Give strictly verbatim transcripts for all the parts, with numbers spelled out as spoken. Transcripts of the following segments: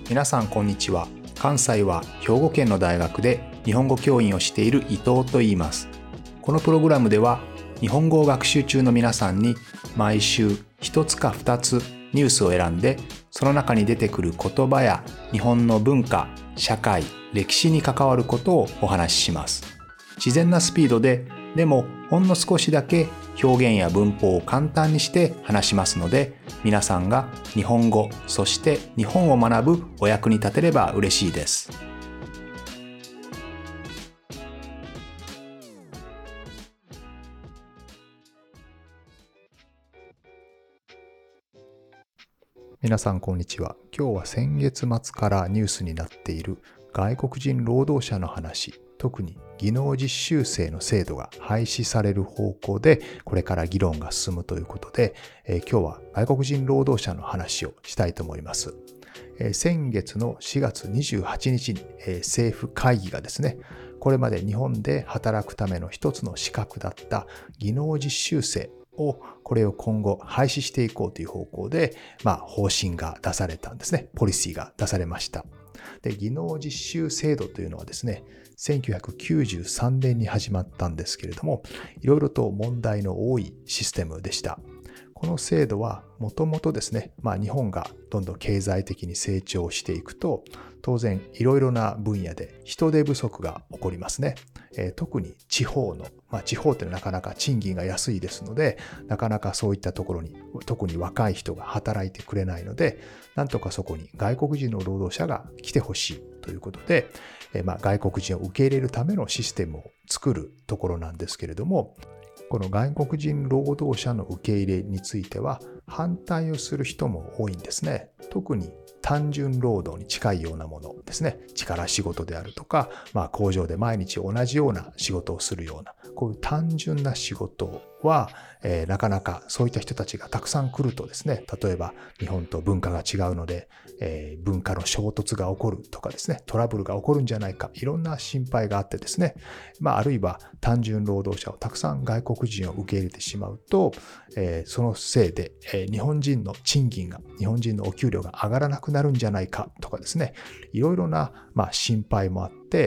皆さんこんにちは。関西は兵庫県の大学で日本語教員をしている伊藤と言います。このプログラムでは日本語を学習中の皆さんに毎週一つか二つニュースを選んで、その中に出てくる言葉や日本の文化、社会、歴史に関わることをお話しします。自然なスピードで、でもほんの少しだけ表現や文法を簡単にして話しますので、皆さんが日本語、そして日本を学ぶお役に立てれば嬉しいです。皆さんこんにちは。今日は先月末からニュースになっている外国人労働者の話、特に技能実習生の制度が廃止される方向でこれから議論が進むということで、えー、今日は外国人労働者の話をしたいと思います。えー、先月のしがつにじゅうはちにちに、えー、政府会議がですね、これまで日本で働くための一つの資格だった技能実習生をこれを今後廃止していこうという方向で、まあ、方針が出されたんですね。ポリシーが出されました。で、技能実習制度というのはですね、せんきゅうひゃくきゅうじゅうさんねんに始まったんですけれども、いろいろと問題の多いシステムでした。この制度はもともとですね、まあ、日本がどんどん経済的に成長していくと、当然いろいろな分野で人手不足が起こりますね。えー、特に地方の、まあ、地方ってなかなか賃金が安いですので、なかなかそういったところに特に若い人が働いてくれないので、なんとかそこに外国人の労働者が来てほしいということで、えー、まあ外国人を受け入れるためのシステムを作るところなんですけれども、この外国人労働者の受け入れについては反対をする人も多いんですね。特に単純労働に近いようなものですね。力仕事であるとか、まあ、工場で毎日同じような仕事をするような、こういう単純な仕事は、えー、なかなかそういった人たちがたくさん来るとですね、例えば日本と文化が違うので、えー、文化の衝突が起こるとかですね、トラブルが起こるんじゃないか、いろんな心配があってですね、まあ、あるいは単純労働者をたくさん外国人を受け入れてしまうと、えー、そのせいで、えー、日本人の賃金が、日本人のお給料が上がらなくなるんじゃないかとかですね、いろいろな、まあ、心配もあって、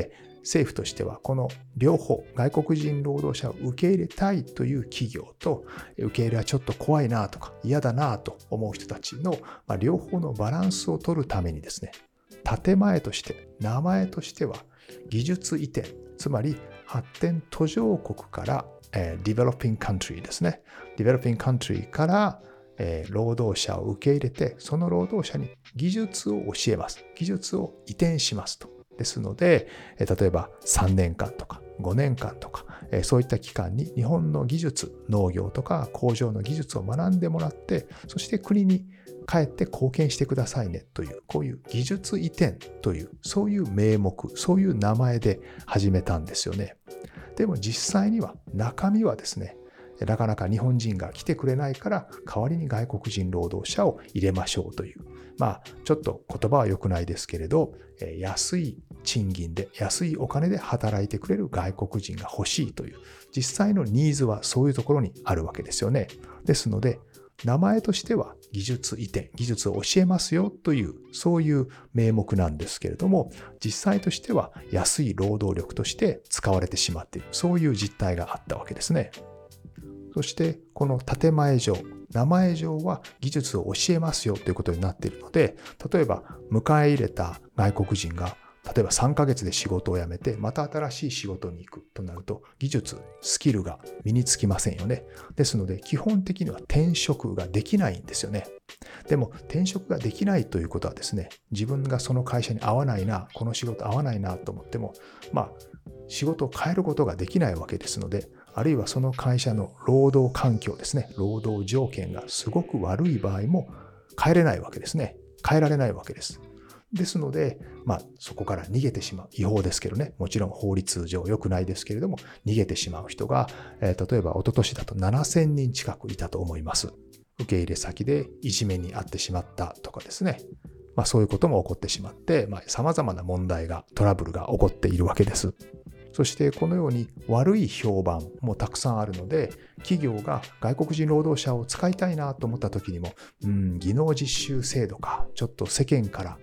政府としてはこの両方、外国人労働者を受け入れたいという企業と、受け入れはちょっと怖いなとか嫌だなと思う人たちの、まあ、両方のバランスを取るためにですね、建前として、名前としては技術移転、つまり発展途上国から、えー、Developing Country ですね。Developing Country から、えー、労働者を受け入れて、その労働者に技術を教えます。技術を移転しますと。ですので、例えばさんねんかんとかごねんかんとか、そういった期間に日本の技術、農業とか工場の技術を学んでもらって、そして国に帰って貢献してくださいねという、こういう技術移転という、そういう名目、そういう名前で始めたんですよね。でも実際には、中身はですね、なかなか日本人が来てくれないから、代わりに外国人労働者を入れましょうという、まあ、ちょっと言葉は良くないですけれど、安い賃金で、安いお金で働いてくれる外国人が欲しいという、実際のニーズはそういうところにあるわけですよね。ですので、名前としては技術移転、技術を教えますよという、そういう名目なんですけれども、実際としては安い労働力として使われてしまっている、そういう実態があったわけですね。そしてこの建前上、名前上は技術を教えますよということになっているので、例えば迎え入れた外国人が例えばさんかげつで仕事を辞めてまた新しい仕事に行くとなると、技術、スキルが身につきませんよね。ですので基本的には転職ができないんですよね。でも転職ができないということはですね、自分がその会社に合わないな、この仕事合わないなと思っても、まあ仕事を変えることができないわけですので、あるいはその会社の労働環境ですね、労働条件がすごく悪い場合も変えれないわけですね。変えられないわけです。ですので、まあ、そこから逃げてしまう。違法ですけどね。もちろん法律上良くないですけれども、逃げてしまう人が、えー、例えば一昨年だとななせんにん近くいたと思います。受け入れ先でいじめに遭ってしまったとかですね。まあ、そういうことも起こってしまって、まあ、様々な問題が、トラブルが起こっているわけです。そしてこのように悪い評判もたくさんあるので、企業が外国人労働者を使いたいなと思った時にも、うん、技能実習制度か、ちょっと世間から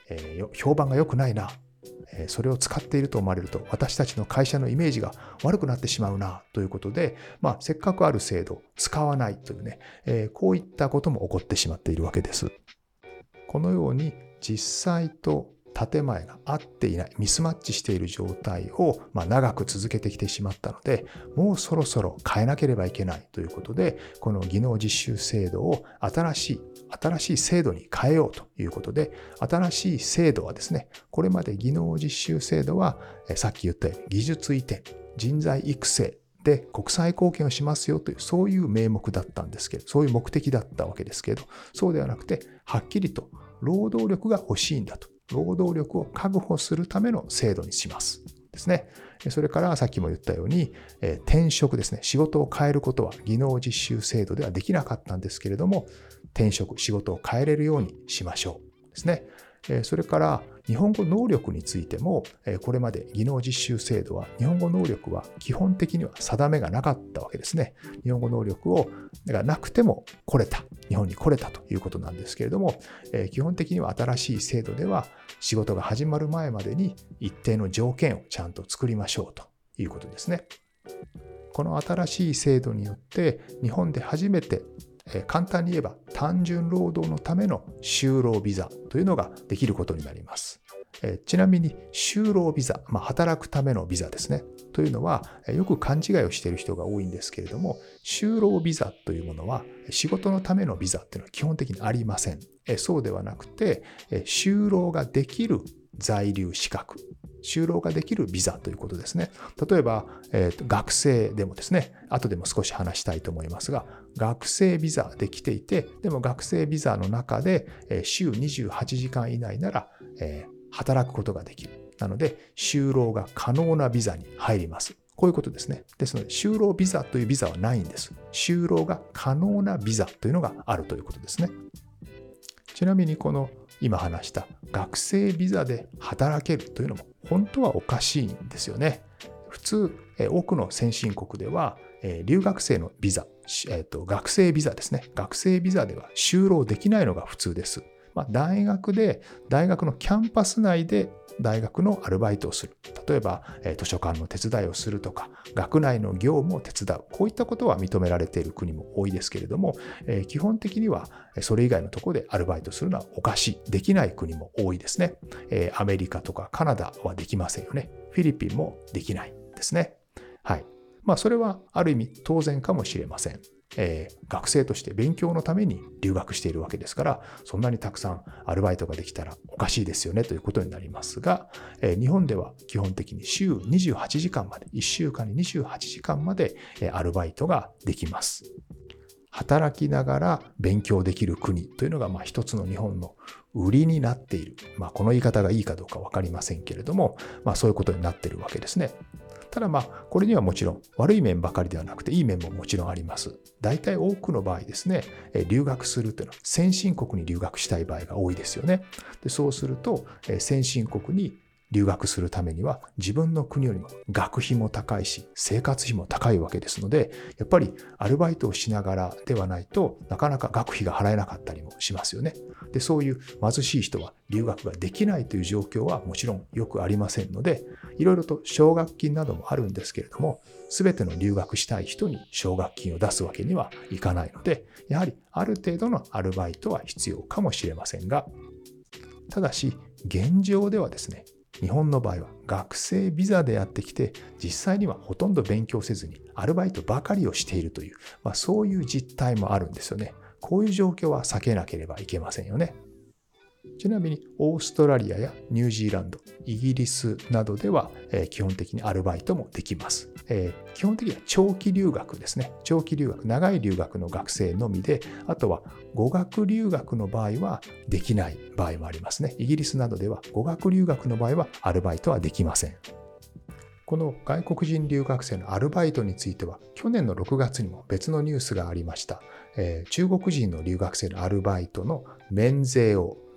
えー、評判が良くないな、えー、それを使っていると思われると私たちの会社のイメージが悪くなってしまうなということで、まあ、せっかくある制度を使わないというね、えー、こういったことも起こってしまっているわけです。このように実際と建前が合っていない、ミスマッチしている状態を、まあ、長く続けてきてしまったので、もうそろそろ変えなければいけないということで、この技能実習制度を新しい、新しい制度に変えようということで、新しい制度はですね、これまで技能実習制度は、さっき言ったように技術移転、人材育成で国際貢献をしますよという、そういう名目だったんですけど、そういう目的だったわけですけど、そうではなくて、はっきりと労働力が欲しいんだと。労働力を確保するための制度にしますですね。それからさっきも言ったように、転職ですね。仕事を変えることは技能実習制度ではできなかったんですけれども、転職、仕事を変えれるようにしましょうですね。それから日本語能力についても、これまで技能実習制度は日本語能力は基本的には定めがなかったわけですね。日本語能力をがなくても来れた、日本に来れたということなんですけれども、基本的には新しい制度では仕事が始まる前までに一定の条件をちゃんと作りましょうということですね。この新しい制度によって日本で初めて簡単に言えば単純労働のための就労ビザというのができることになります。ちなみに就労ビザ、まあ、働くためのビザですね。というのはよく勘違いをしている人が多いんですけれども、就労ビザというものは仕事のためのビザっていうのは基本的にありません。そうではなくて、就労ができる在留資格、就労ができるビザということですね。例えば、えーと、学生でもですね、後でも少し話したいと思いますが、学生ビザで来ていて、でも学生ビザの中で、えー、週にじゅうはちじかん以内なら、えー、働くことができる。なので、就労が可能なビザに入ります。こういうことですね。ですので、就労ビザというビザはないんです。就労が可能なビザというのがあるということですね。ちなみにこの今話した学生ビザで働けるというのも本当はおかしいんですよね。普通、多くの先進国では留学生のビザ、えーと、学生ビザですね。学生ビザでは就労できないのが普通です。まあ、大学で、大学のキャンパス内で大学のアルバイトをする。例えば、図書館の手伝いをするとか、学内の業務を手伝う。こういったことは認められている国も多いですけれども、えー、基本的にはそれ以外のところでアルバイトするのはおかしい。できない国も多いですね。えー、アメリカとかカナダはできませんよね。フィリピンもできないですね。はい。まあ、それはある意味当然かもしれません。えー、学生として勉強のために留学しているわけですから、そんなにたくさんアルバイトができたらおかしいですよねということになりますが、えー、日本では基本的に週にじゅうはちじかんまで、いっしゅうかんににじゅうはちじかんまでアルバイトができます。働きながら勉強できる国というのがまあ一つの日本の売りになっている。まあ、この言い方がいいかどうか分かりませんけれども、まあ、そういうことになっているわけですね。ただまあ、これにはもちろん悪い面ばかりではなくていい面ももちろんあります。大体多くの場合ですね、留学するというのは先進国に留学したい場合が多いですよね。で、そうすると先進国に留学するためには自分の国よりも学費も高いし生活費も高いわけですので、やっぱりアルバイトをしながらではないとなかなか学費が払えなかったりもしますよね。で、そういう貧しい人は留学ができないという状況はもちろんよくありませんので、いろいろと奨学金などもあるんですけれども、すべての留学したい人に奨学金を出すわけにはいかないので、やはりある程度のアルバイトは必要かもしれませんが、ただし現状ではですね、日本の場合は学生ビザでやってきて、実際にはほとんど勉強せずにアルバイトばかりをしているという、まあ、そういう実態もあるんですよね。こういう状況は避けなければいけませんよね。ちなみにオーストラリアやニュージーランド、イギリスなどでは、えー、基本的にアルバイトもできます、えー。基本的には長期留学ですね。長期留学、長い留学の学生のみで、あとは語学留学の場合はできない場合もありますね。イギリスなどでは語学留学の場合はアルバイトはできません。この外国人留学生のアルバイトについては、去年のろくがつにも別のニュースがありました。えー、中国人の留学生のアルバイトの免税を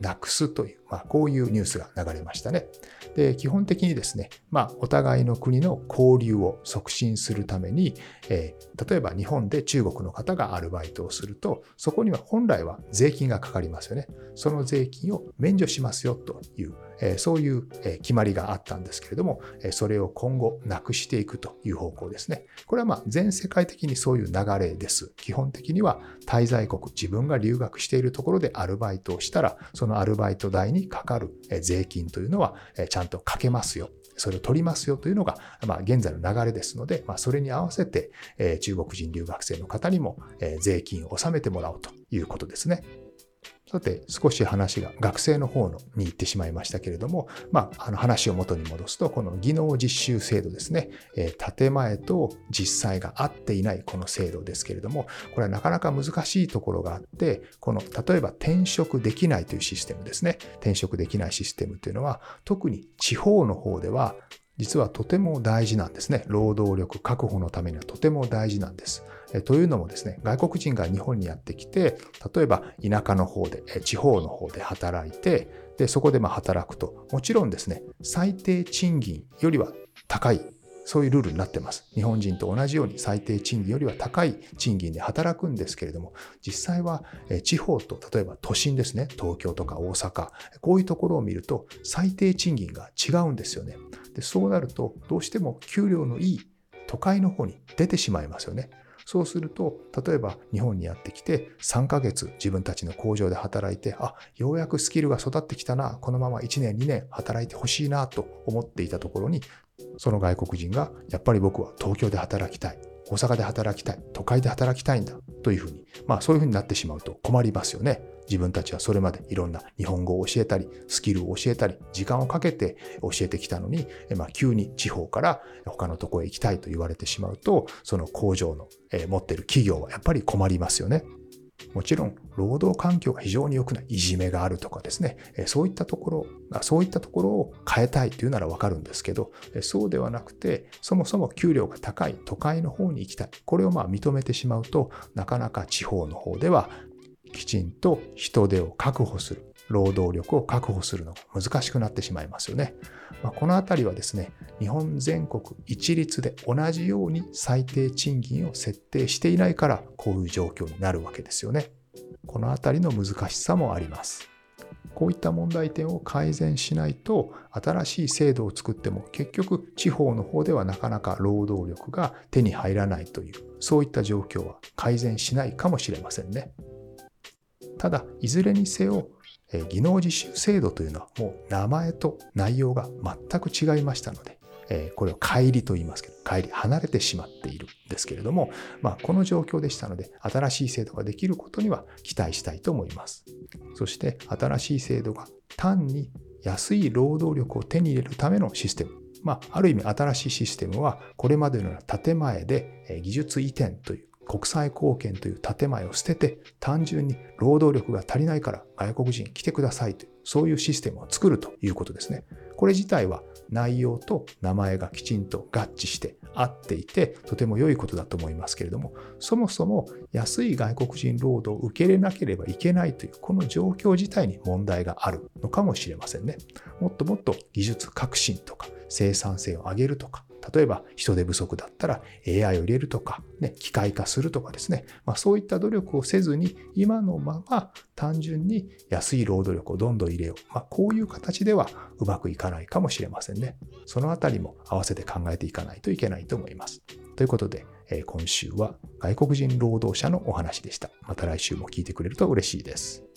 なくすという、まあ、こういうニュースが流れましたね。で、基本的にですね、まあ、お互いの国の交流を促進するために、えー、例えば日本で中国の方がアルバイトをすると、そこには本来は税金がかかりますよね。その税金を免除しますよという、えー、そういう、えー、決まりがあったんですけれども、えー、それを今後なくしていくという方向ですね。これはまあ全世界的にそういう流れです。基本的には滞在国、自分が留学しているところでアルバイトをしたら、そのアルバイト代にかかる税金というのはちゃんとかけますよ。それを取りますよというのが、まあ、現在の流れですので、まあ、それに合わせて、えー、中国人留学生の方にも、えー、税金を納めてもらおうということですね。さて、少し話が学生の方のに行ってしまいましたけれども、まあ、あの話を元に戻すと、この技能実習制度ですね、えー、建前と実際が合っていないこの制度ですけれども、これはなかなか難しいところがあって、この例えば転職できないというシステムですね、転職できないシステムというのは、特に地方の方では、実はとても大事なんですね。労働力確保のためにはとても大事なんです。えというのもですね、外国人が日本にやってきて、例えば田舎の方で、地方の方で働いて、でそこでまあ働くと、もちろんですね、最低賃金よりは高い、そういうルールになってます。日本人と同じように最低賃金よりは高い賃金で働くんですけれども、実際は地方と例えば都心ですね、東京とか大阪、こういうところを見ると最低賃金が違うんですよね。でそうなると、どうしても給料のいい都会の方に出てしまいますよね。そうすると、例えば日本にやってきてさんかげつ自分たちの工場で働いて、あ、ようやくスキルが育ってきたな、このままいちねんにねん働いてほしいなと思っていたところに、その外国人がやっぱり僕は東京で働きたい、大阪で働きたい、都会で働きたいんだというふうに、まあそういうふうになってしまうと困りますよね。自分たちはそれまでいろんな日本語を教えたり、スキルを教えたり、時間をかけて教えてきたのに、まあ、急に地方から他のところへ行きたいと言われてしまうと、その工場の持っている企業はやっぱり困りますよね。もちろん、労働環境が非常に良くない、いじめがあるとかですね、そういったところ、そういったところを変えたいというならわかるんですけど、そうではなくて、そもそも給料が高い都会の方に行きたい。これをまあ認めてしまうと、なかなか地方の方ではきちんと人手を確保する、労働力を確保するのが難しくなってしまいますよね。まあ、このあたりはですね、日本全国一律で同じように最低賃金を設定していないから、こういう状況になるわけですよね。このあたりの難しさもあります。こういった問題点を改善しないと、新しい制度を作っても結局地方の方ではなかなか労働力が手に入らないという、そういった状況は改善しないかもしれませんね。ただ、いずれにせよ、技能実習制度というのはもう名前と内容が全く違いましたので、これを乖離と言いますけど、乖離、離れてしまっているんですけれども、まあ、この状況でしたので、新しい制度ができることには期待したいと思います。そして、新しい制度が単に安い労働力を手に入れるためのシステム。まあ、ある意味新しいシステムは、これまでのような建前で技術移転という、国際貢献という建前を捨てて、単純に労働力が足りないから外国人来てくださいという、そういうシステムを作るということですね。これ自体は内容と名前がきちんと合致して合っていて、とても良いことだと思いますけれども、そもそも安い外国人労働を受け入れなければいけないという、この状況自体に問題があるのかもしれませんね。もっともっと技術革新とか生産性を上げるとか、例えば人手不足だったら エーアイ を入れるとか、ね、機械化するとかですね、まあ、そういった努力をせずに今のまま単純に安い労働力をどんどん入れよう、まあ、こういう形ではうまくいかないかもしれませんね。そのあたりも合わせて考えていかないといけないと思います。ということで、今週は外国人労働者のお話でした。また来週も聞いてくれると嬉しいです。